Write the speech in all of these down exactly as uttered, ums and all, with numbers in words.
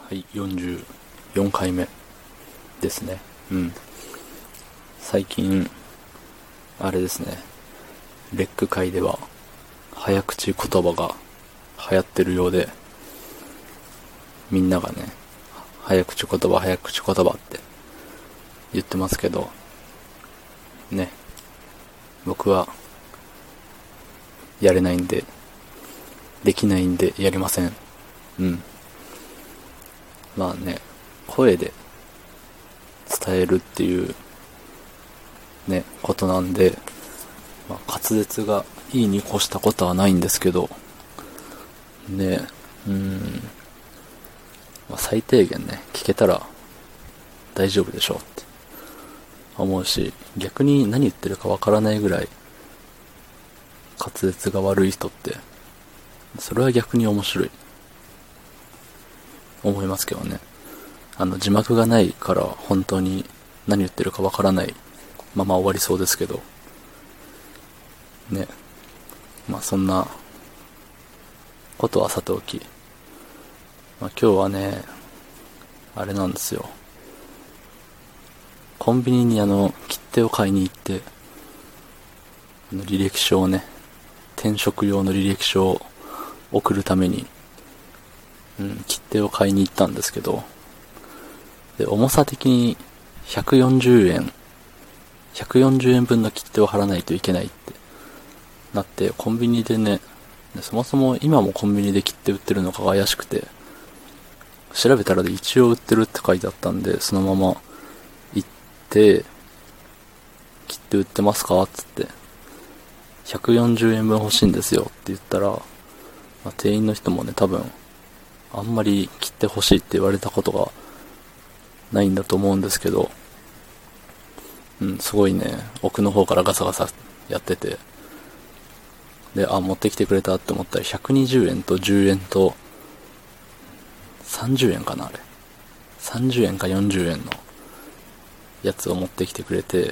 はい、よんじゅうよんかいめですね。うん。最近、あれですね、レック界では、早口言葉が流行ってるようで、みんながね、早口言葉、早口言葉って言ってますけど、ね、僕は、やれないんで、できないんでやりません。うん。まあね、声で伝えるっていうね、ことなんで、まあ、滑舌がいいに越したことはないんですけど、ね、うーん、まあ、最低限ね、聞けたら大丈夫でしょうって思うし、逆に何言ってるかわからないぐらい滑舌が悪い人って、それは逆に面白い。思いますけどね。あの、字幕がないから本当に何言ってるかわからないまま終わりそうですけど、ね。まあそんなことはさておき、まあ今日はね、あれなんですよ。コンビニにあの、切手を買いに行って、あの履歴書をね、転職用の履歴書を送るために、うん、切手を買いに行ったんですけど、で、重さ的にひゃくよんじゅうえん、ひゃくよんじゅうえんぶんの切手を貼らないといけないってなって、コンビニでね、でそもそも今もコンビニで切手売ってるのかが怪しくて、調べたらで一応売ってるって書いてあったんで、そのまま行って、切手売ってますかつって、ひゃくよんじゅうえんぶん欲しいんですよって言ったら、まあ、店員の人もね、多分、あんまり切手欲しいって言われたことがないんだと思うんですけど、うん、すごいね、奥の方からガサガサやってて、で、あ、持ってきてくれたって思ったらひゃくにじゅうえんとじゅうえんとさんじゅうえんかな、あれ。さんじゅうえんかよんじゅうえんのやつを持ってきてくれて、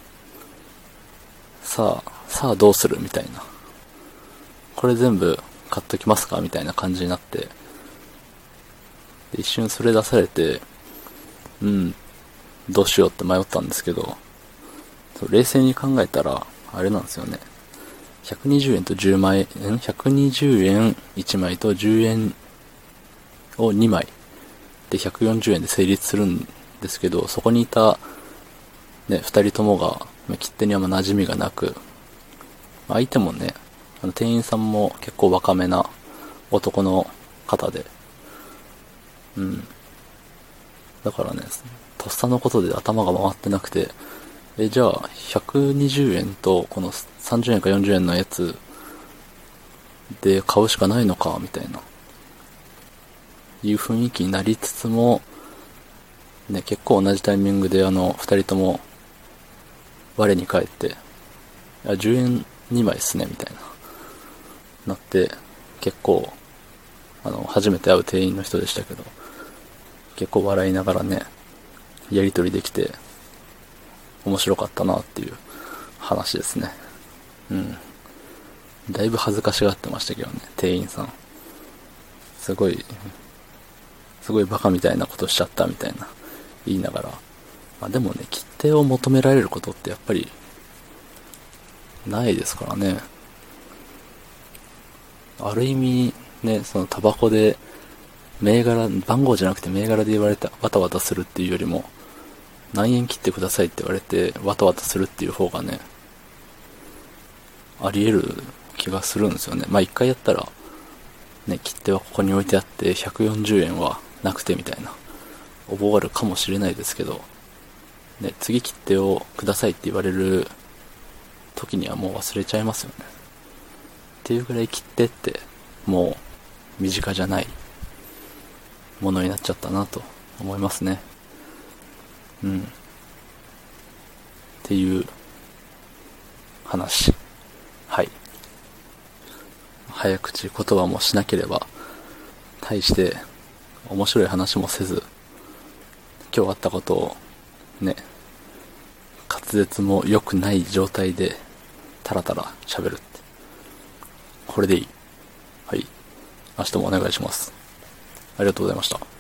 さあ、さあどうするみたいな。これ全部買っときますかみたいな感じになって、で一瞬それ出されて、うん、どうしようって迷ったんですけど、冷静に考えたら、あれなんですよね。ひゃくにじゅうえんとじゅうまい、ん ?ひゃくにじゅうえんいちまいとじゅうえんをにまいでひゃくよんじゅうえんで成立するんですけど、そこにいた、ね、二人ともが、切手にあんま馴染みがなく、相手もね、あの店員さんも結構若めな男の方で、うん。だからね、とっさのことで頭が回ってなくて、え、じゃあ、ひゃくにじゅうえんと、このさんじゅうえんかよんじゅうえんのやつで買うしかないのか、みたいな、いう雰囲気になりつつも、ね、結構同じタイミングであの、二人とも、我に返って、あ、じゅうえんにまいっすね、みたいな、なって、結構、あの、初めて会う店員の人でしたけど、結構笑いながらね、やりとりできて、面白かったなっていう話ですね。うん。だいぶ恥ずかしがってましたけどね、店員さん。すごい、すごいバカみたいなことしちゃったみたいな言いながら。まあでもね、切手を求められることってやっぱり、ないですからね。ある意味、ね、そのタバコで、銘柄、番号じゃなくて銘柄で言われてわたわたするっていうよりも、何円切ってくださいって言われてわたわたするっていう方がね、あり得る気がするんですよね。まあ一回やったら、ね、切手はここに置いてあってひゃくよんじゅうえんはなくてみたいな、覚えるかもしれないですけど、ね、次切手をくださいって言われる時にはもう忘れちゃいますよね。っていうぐらい切手ってもう身近じゃないものになっちゃったなと思いますね。うん。っていう話。はい。早口言葉もしなければ、対して面白い話もせず、今日あったことをね、滑舌も良くない状態でタラタラ喋るって。これでいい。はい。明日もお願いします。ありがとうございました。